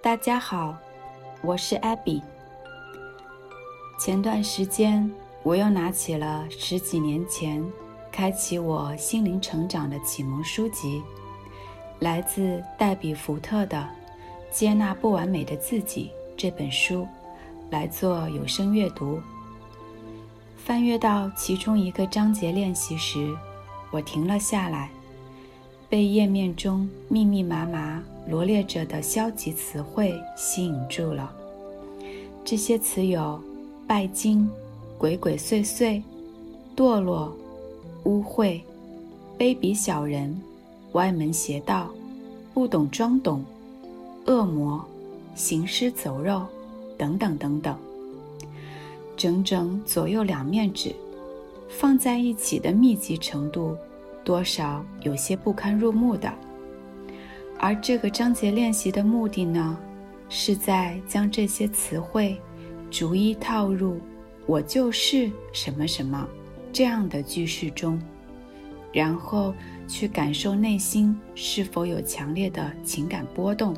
大家好，我是 Abby。前段时间，我又拿起了10几年前开启我心灵成长的启蒙书籍，来自黛比·福特的《接纳不完美的自己》这本书，来做有声阅读。翻阅到其中一个章节练习时，我停了下来，被页面中密密麻麻罗列着的消极词汇吸引住了。这些词有拜金、鬼鬼祟祟、堕落、污秽、卑鄙小人、歪门邪道、不懂装懂、恶魔、行尸走肉等等等等，整整左右2面纸，放在一起的密集程度多少有些不堪入目的。而这个章节练习的目的呢，是在将这些词汇逐一套入我就是什么什么这样的句式中，然后去感受内心是否有强烈的情感波动。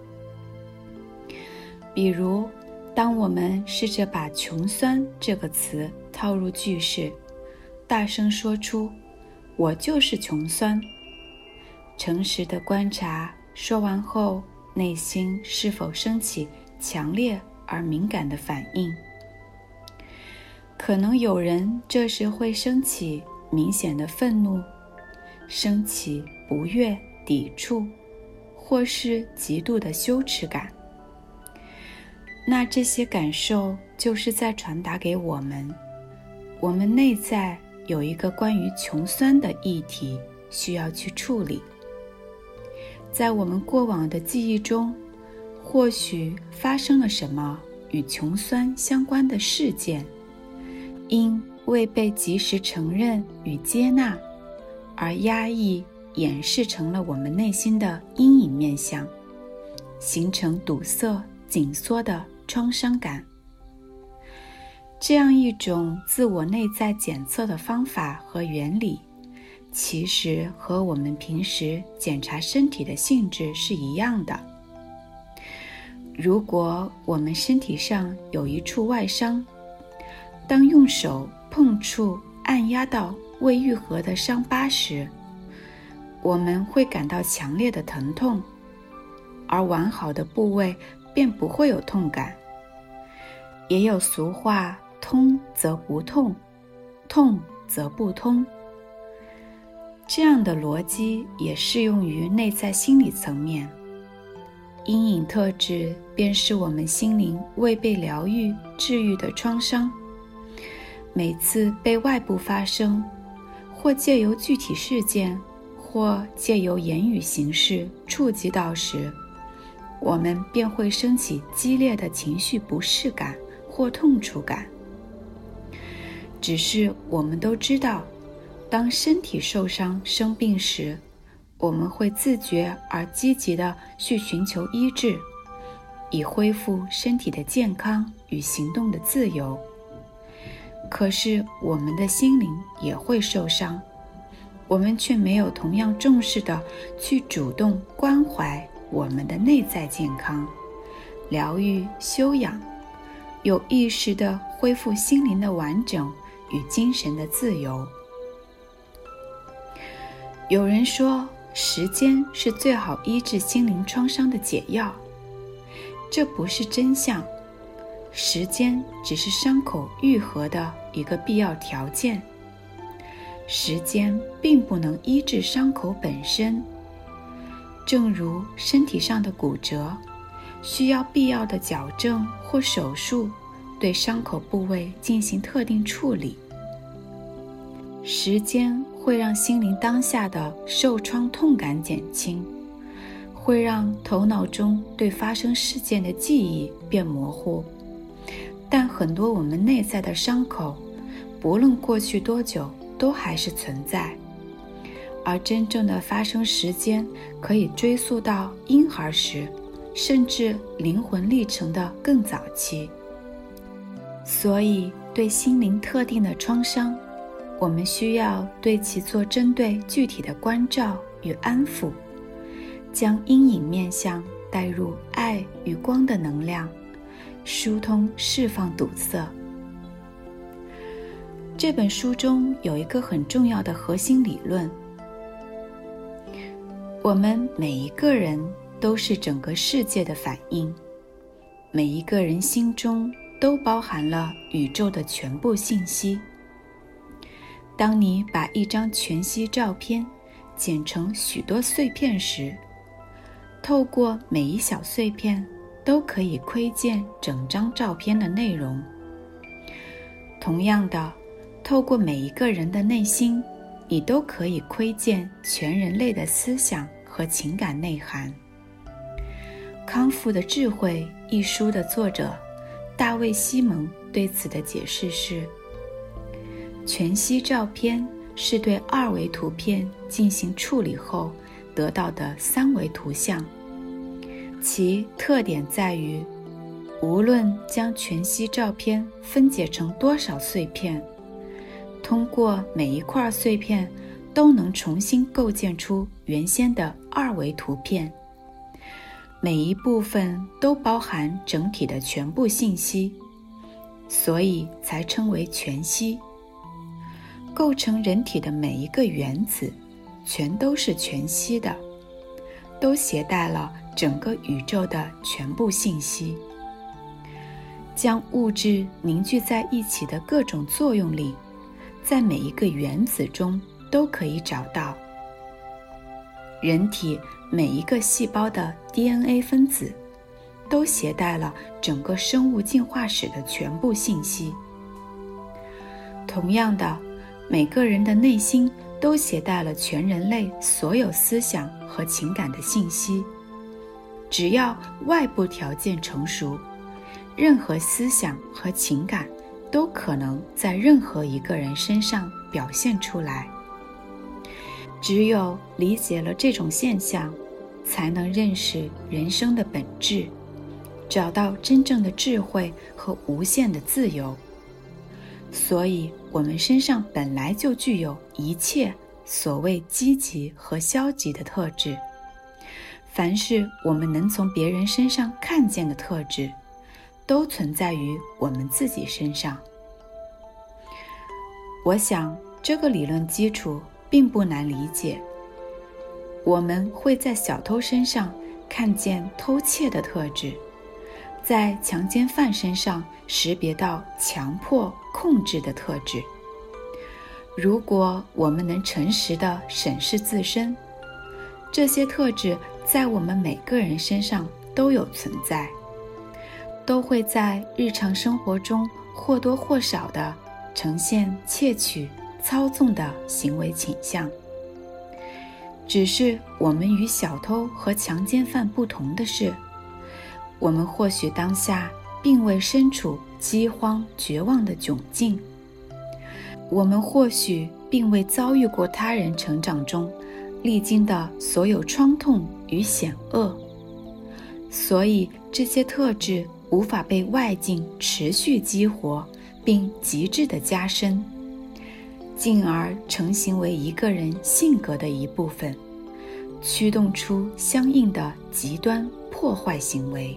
比如当我们试着把穷酸这个词套入句式，大声说出我就是穷酸，诚实地观察说完后内心是否升起强烈而敏感的反应。可能有人这时会升起明显的愤怒，升起不悦、抵触，或是极度的羞耻感。那这些感受就是在传达给我们内在有一个关于穷酸的议题需要去处理。在我们过往的记忆中，或许发生了什么与穷酸相关的事件，因未被及时承认与接纳而压抑掩饰成了我们内心的阴影面向，形成堵塞紧缩的创伤感。这样一种自我内在检测的方法和原理，其实和我们平时检查身体的性质是一样的。如果我们身体上有一处外伤，当用手碰触按压到未愈合的伤疤时，我们会感到强烈的疼痛，而完好的部位便不会有痛感。也有俗话，通则不痛，痛则不通。这样的逻辑也适用于内在心理层面。阴影特质便是我们心灵未被疗愈、治愈的创伤。每次被外部发生，或借由具体事件，或借由言语形式触及到时，我们便会升起激烈的情绪不适感或痛楚感。只是我们都知道，当身体受伤生病时，我们会自觉而积极地去寻求医治，以恢复身体的健康与行动的自由。可是我们的心灵也会受伤，我们却没有同样重视地去主动关怀我们的内在健康，疗愈、修养，有意识地恢复心灵的完整与精神的自由。有人说，时间是最好医治心灵创伤的解药，这不是真相。时间只是伤口愈合的一个必要条件，时间并不能医治伤口本身。正如身体上的骨折，需要必要的矫正或手术，对伤口部位进行特定处理。时间会让心灵当下的受创痛感减轻，会让头脑中对发生事件的记忆变模糊。但很多我们内在的伤口，不论过去多久，都还是存在。而真正的发生时间可以追溯到婴孩时，甚至灵魂历程的更早期。所以对心灵特定的创伤，我们需要对其做针对具体的关照与安抚，将阴影面向带入爱与光的能量，疏通释放堵塞。这本书中有一个很重要的核心理论：我们每一个人都是整个世界的反应，每一个人心中都包含了宇宙的全部信息。当你把一张全息照片剪成许多碎片时，透过每一小碎片都可以窥见整张照片的内容。同样的，透过每一个人的内心，你都可以窥见全人类的思想和情感内涵。《康复的智慧》一书的作者大卫·西蒙对此的解释是：全息照片是对2维图片进行处理后得到的3维图像，其特点在于，无论将全息照片分解成多少碎片，通过每一块碎片都能重新构建出原先的2维图片，每一部分都包含整体的全部信息，所以才称为全息。构成人体的每一个原子全都是全息的，都携带了整个宇宙的全部信息。将物质凝聚在一起的各种作用力，在每一个原子中都可以找到。人体每一个细胞的 DNA 分子都携带了整个生物进化史的全部信息。同样的，每个人的内心都携带了全人类所有思想和情感的信息。只要外部条件成熟，任何思想和情感都可能在任何一个人身上表现出来。只有理解了这种现象，才能认识人生的本质，找到真正的智慧和无限的自由。所以我们身上本来就具有一切所谓积极和消极的特质。凡是我们能从别人身上看见的特质，都存在于我们自己身上。我想这个理论基础并不难理解。我们会在小偷身上看见偷窃的特质，在强奸犯身上识别到强迫、控制的特质。如果我们能诚实地审视自身，这些特质在我们每个人身上都有存在，都会在日常生活中或多或少地呈现窃取、操纵的行为倾向。只是我们与小偷和强奸犯不同的是，我们或许当下并未身处饥荒绝望的窘境，我们或许并未遭遇过他人成长中历经的所有创痛与险恶，所以这些特质无法被外境持续激活并极致地加深，进而成型为一个人性格的一部分，驱动出相应的极端破坏行为。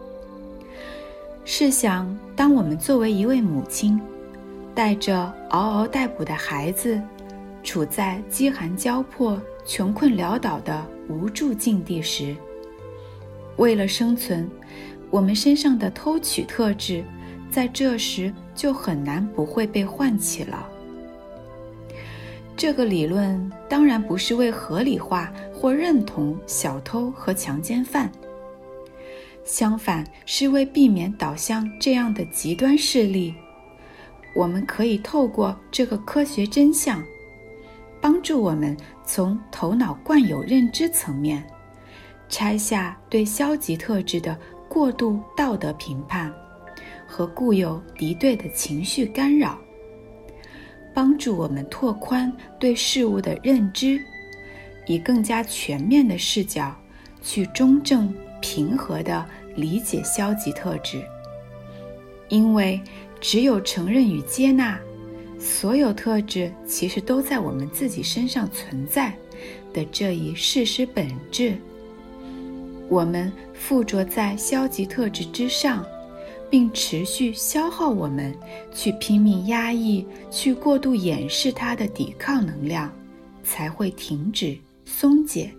试想，当我们作为一位母亲，带着嗷嗷待哺的孩子，处在饥寒交迫、穷困潦倒的无助境地时，为了生存，我们身上的偷取特质在这时就很难不会被唤起了。这个理论当然不是为合理化或认同小偷和强奸犯，相反是为避免导向这样的极端势力。我们可以透过这个科学真相，帮助我们从头脑惯有认知层面拆下对消极特质的过度道德评判和固有敌对的情绪干扰，帮助我们拓宽对事物的认知，以更加全面的视角去中正平和地理解消极特质。因为只有承认与接纳所有特质其实都在我们自己身上存在的这一事实本质， 我们附着在消极特质之上，并持续消耗我们去拼命压抑、去过度掩饰它的抵抗能量，才会停止松解。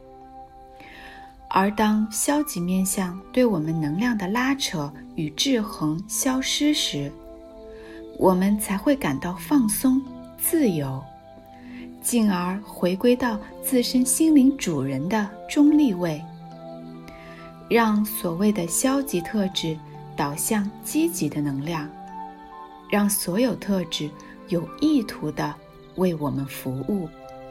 而当消极面向对我们能量的拉扯与制衡消失时，我们才会感到放松、自由，进而回归到自身心灵主人的中立位，让所谓的消极特质导向积极的能量，让所有特质有意图地为我们服务。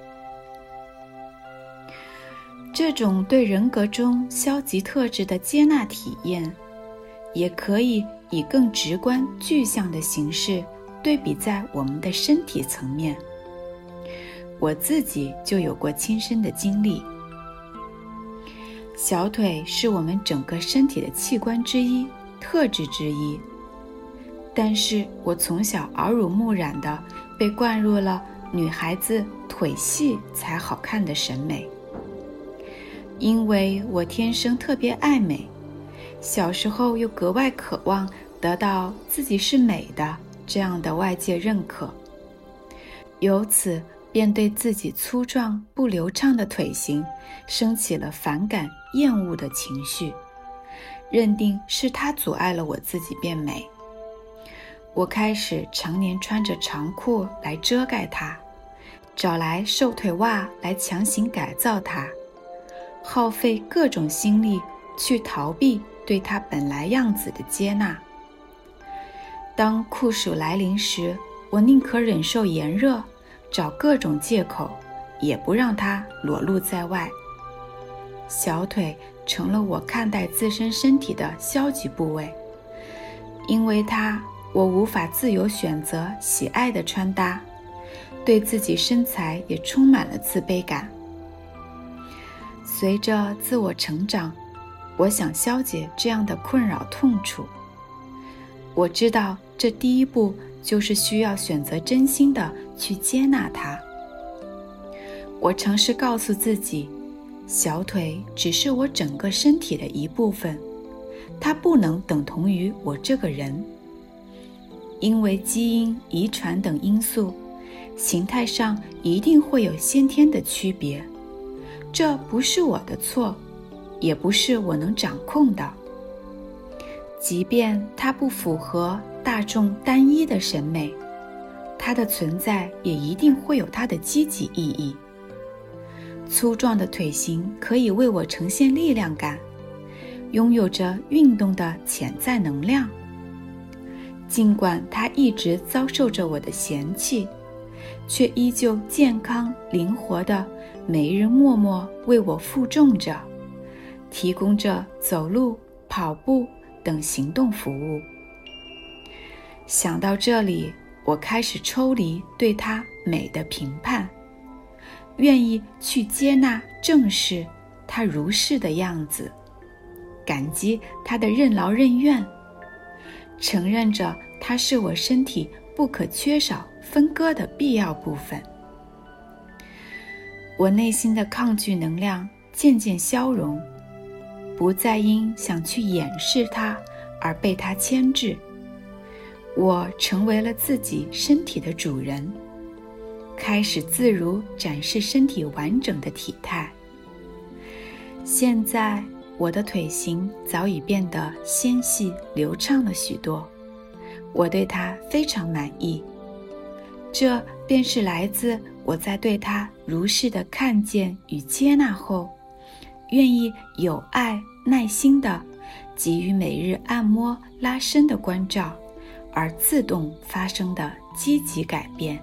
这种对人格中消极特质的接纳体验，也可以以更直观具象的形式对比在我们的身体层面。我自己就有过亲身的经历。小腿是我们整个身体的器官之一，特质之一，但是我从小耳濡目染地被灌入了女孩子腿细才好看的审美。因为我天生特别爱美，小时候又格外渴望得到自己是美的这样的外界认可，由此便对自己粗壮不流畅的腿型升起了反感厌恶的情绪，认定是它阻碍了我自己变美。我开始常年穿着长裤来遮盖它，找来瘦腿袜来强行改造它，耗费各种心力去逃避对它本来样子的接纳。当酷暑来临时，我宁可忍受炎热，找各种借口，也不让它裸露在外。小腿成了我看待自身身体的消极部位，因为它，我无法自由选择喜爱的穿搭，对自己身材也充满了自卑感。随着自我成长，我想消解这样的困扰痛楚。我知道这第一步就是需要选择真心的去接纳它。我尝试告诉自己，小腿只是我整个身体的一部分，它不能等同于我这个人。因为基因、遗传等因素，形态上一定会有先天的区别。这不是我的错，也不是我能掌控的。即便它不符合大众单一的审美，它的存在也一定会有它的积极意义。粗壮的腿型可以为我呈现力量感，拥有着运动的潜在能量。尽管它一直遭受着我的嫌弃，却依旧健康灵活地每日默默为我负重着，提供着走路、跑步等行动服务。想到这里，我开始抽离对它美的评判，愿意去接纳正视它如是的样子，感激它的任劳任怨，承认着它是我身体不可缺少分割的必要部分。我内心的抗拒能量渐渐消融，不再因想去掩饰它而被它牵制。我成为了自己身体的主人，开始自如展示身体完整的体态。现在我的腿型早已变得纤细流畅了许多，我对它非常满意。这便是来自我在对它如是的看见与接纳后，愿意有爱耐心地给予每日按摩拉伸的关照而自动发生的积极改变。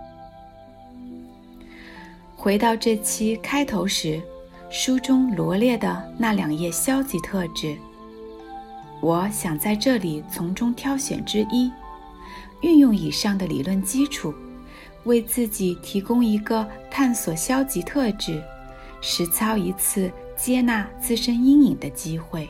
回到这期开头时书中罗列的那2页消极特质，我想在这里从中挑选之一，运用以上的理论基础，为自己提供一个探索消极特质，实操一次接纳自身阴影的机会。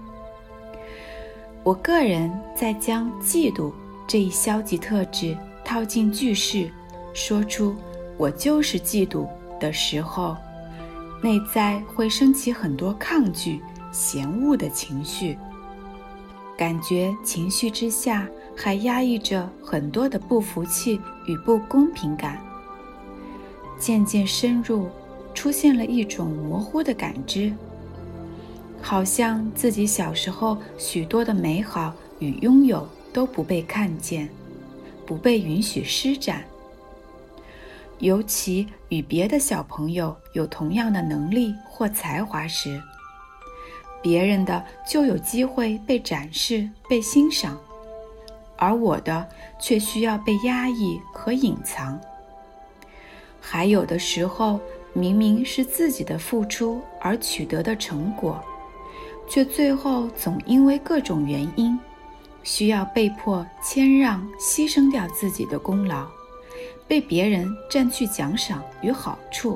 我个人在将嫉妒这一消极特质套进句式，说出我就是嫉妒的时候，内在会升起很多抗拒嫌恶的情绪，感觉情绪之下还压抑着很多的不服气与不公平感。渐渐深入，出现了一种模糊的感知，好像自己小时候许多的美好与拥有都不被看见，不被允许施展。尤其与别的小朋友有同样的能力或才华时，别人的就有机会被展示、被欣赏，而我的却需要被压抑和隐藏。还有的时候，明明是自己的付出而取得的成果，却最后总因为各种原因，需要被迫谦让、牺牲掉自己的功劳，被别人占去奖赏与好处。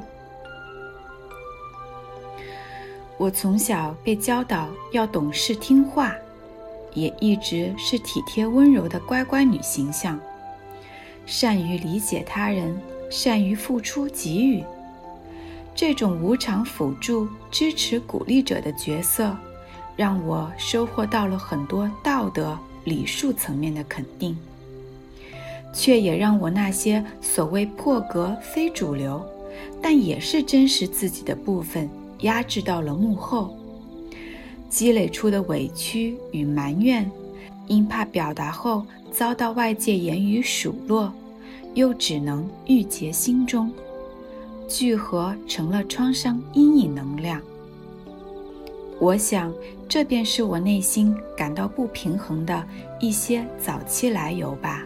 我从小被教导要懂事听话，也一直是体贴温柔的乖乖女形象，善于理解他人，善于付出给予。这种无偿辅助、支持、鼓励者的角色，让我收获到了很多道德、礼数层面的肯定，却也让我那些所谓破格、非主流，但也是真实自己的部分压制到了幕后。积累出的委屈与埋怨，因怕表达后遭到外界言语数落，又只能郁结心中，聚合成了创伤阴影能量。我想，这便是我内心感到不平衡的一些早期来由吧。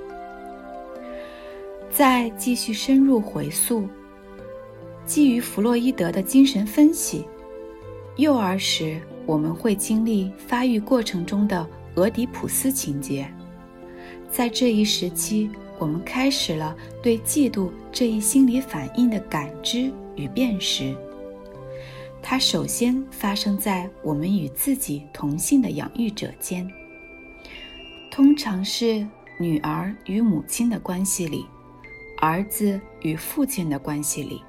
再继续深入回溯，基于弗洛伊德的精神分析，幼儿时我们会经历发育过程中的俄狄浦斯情节。在这一时期，我们开始了对嫉妒这一心理反应的感知与辨识。它首先发生在我们与自己同性的养育者间，通常是女儿与母亲的关系里，儿子与父亲的关系里。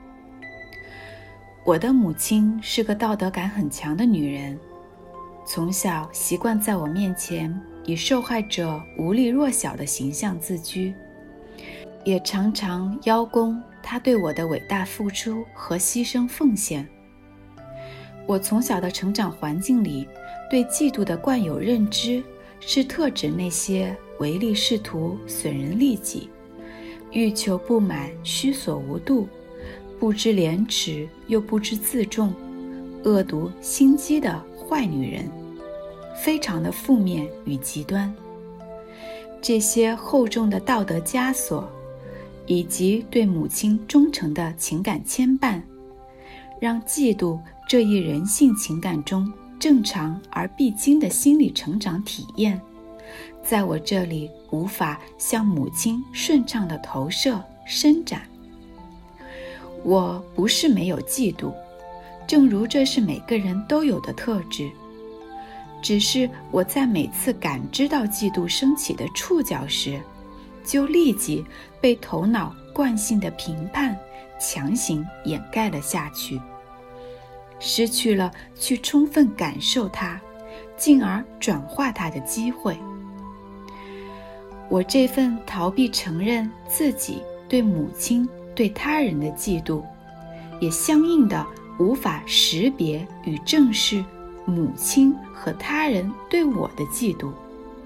我的母亲是个道德感很强的女人，从小习惯在我面前以受害者无力弱小的形象自居，也常常邀功她对我的伟大付出和牺牲奉献。我从小的成长环境里，对嫉妒的惯有认知是特指那些唯利是图、损人利己、欲求不满、虚所无度、不知廉耻又不知自重、恶毒心机的坏女人，非常的负面与极端。这些厚重的道德枷锁，以及对母亲忠诚的情感牵绊，让嫉妒这一人性情感中正常而必经的心理成长体验，在我这里无法向母亲顺畅的投射伸展。我不是没有嫉妒，正如这是每个人都有的特质，只是我在每次感知到嫉妒升起的触角时，就立即被头脑惯性的评判强行掩盖了下去，失去了去充分感受它，进而转化它的机会。我这份逃避承认自己对母亲、对他人的嫉妒，也相应的无法识别与正视母亲和他人对我的嫉妒。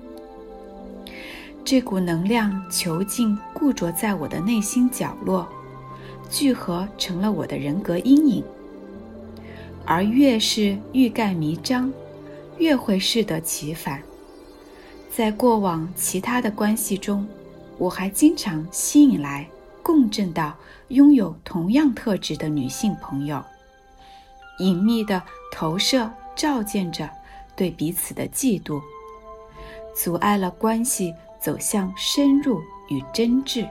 这股能量囚禁固着在我的内心角落，聚合成了我的人格阴影。而越是欲盖弥彰，越会适得其反。在过往其他的关系中，我还经常吸引来共振到拥有同样特质的女性朋友，隐秘地投射照见着对彼此的嫉妒，阻碍了关系走向深入与真挚。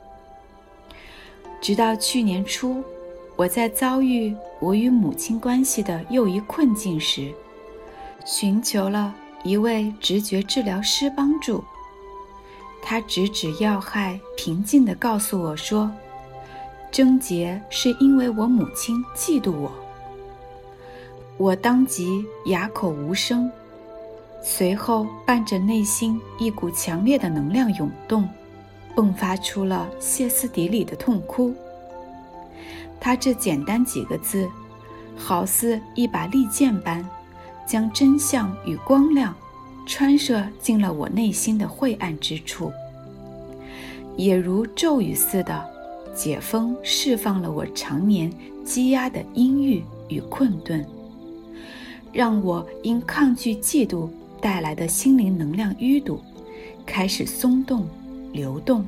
直到去年初，我在遭遇我与母亲关系的又一困境时，寻求了一位直觉治疗师帮助。他直指要害，平静地告诉我说，症结是因为我母亲嫉妒我。 我当即哑口无声，随后伴着内心一股强烈的能量涌动，迸发出了歇斯底里的痛哭。他这简单几个字，好似一把利剑般，将真相与光亮穿射进了我内心的晦暗之处，也如咒语似的解封释放了我常年积压的阴郁与困顿，让我因抗拒嫉妒带来的心灵能量淤堵开始松动流动。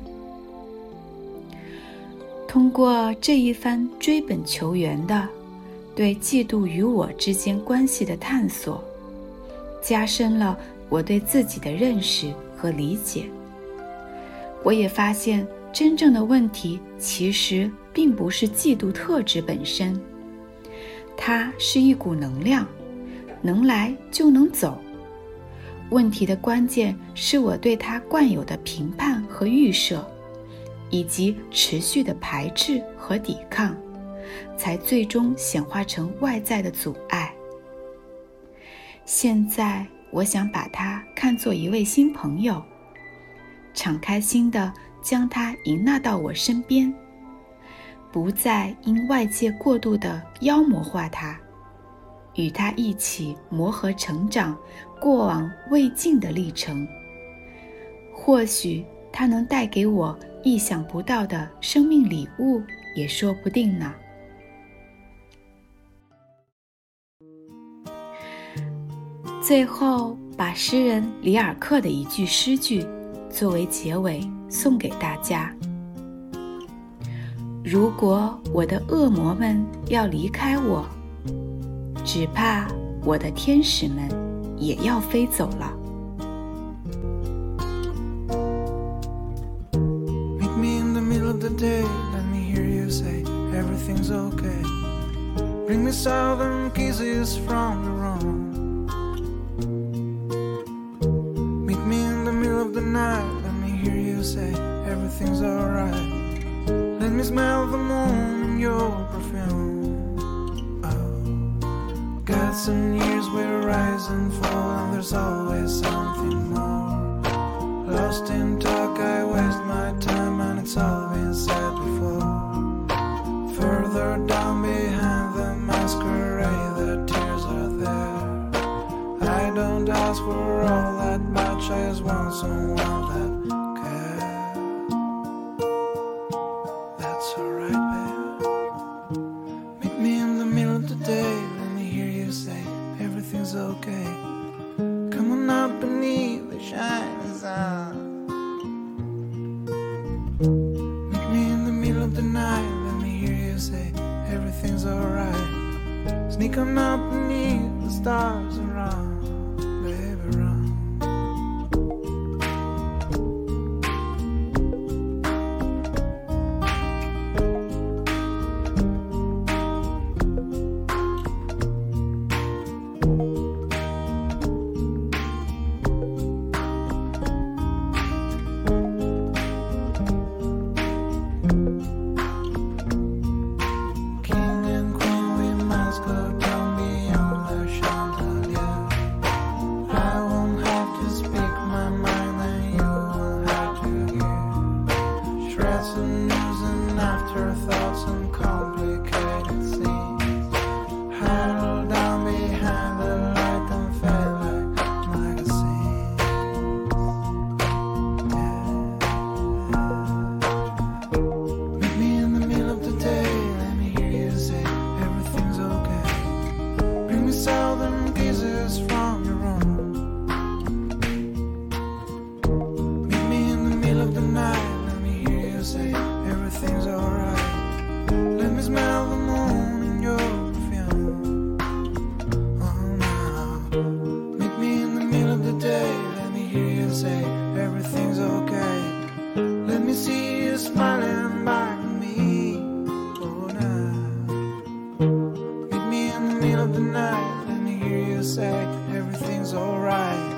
通过这一番追本求源的对嫉妒与我之间关系的探索，加深了我对自己的认识和理解。我也发现真正的问题其实并不是嫉妒特质本身，它是一股能量，能来就能走。问题的关键是我对它惯有的评判和预设，以及持续的排斥和抵抗，才最终显化成外在的阻碍。现在我想把它看作一位新朋友，敞开心地将它迎纳到我身边，不再因外界过度地妖魔化它，与它一起磨合成长过往未尽的历程。或许它能带给我意想不到的生命礼物也说不定呢。最后把诗人里尔克的一句诗句作为结尾送给大家：如果我的恶魔们要离开我，只怕我的天使们也要飞走了。 Meet me in the middle of the day, let me hear you say everything's okay. Bring me southern kisses from the room. Meet me in the middle of the night, let me hear you say everything's alright. Let me smell the moon in your perfume. Oh, got some years where rise and fall, and there's always something more. Lost in talk, I waste my time, and it's all been said before. Further down behind the masquerade, the tears are there. I don't ask for all that much, I just want someone that cares. That's alright, babe. Meet me in the middle of the day, let me hear you say everything's okay. Come on up beneath the shining sun. Meet me in the middle of the night, let me hear you say everything's alright. Sneak on up beneath the stars and run, baby, run. Southern kisses from your room. Meet me in the middle of the night, let me hear you say everything's alright. Let me smell the moon in your perfume. Oh, now. Meet me in the middle of the day, let me hear you say everything's okay. Let me see you smiling back at me. Oh, now. Meet me in the middle of the night, say everything's alright.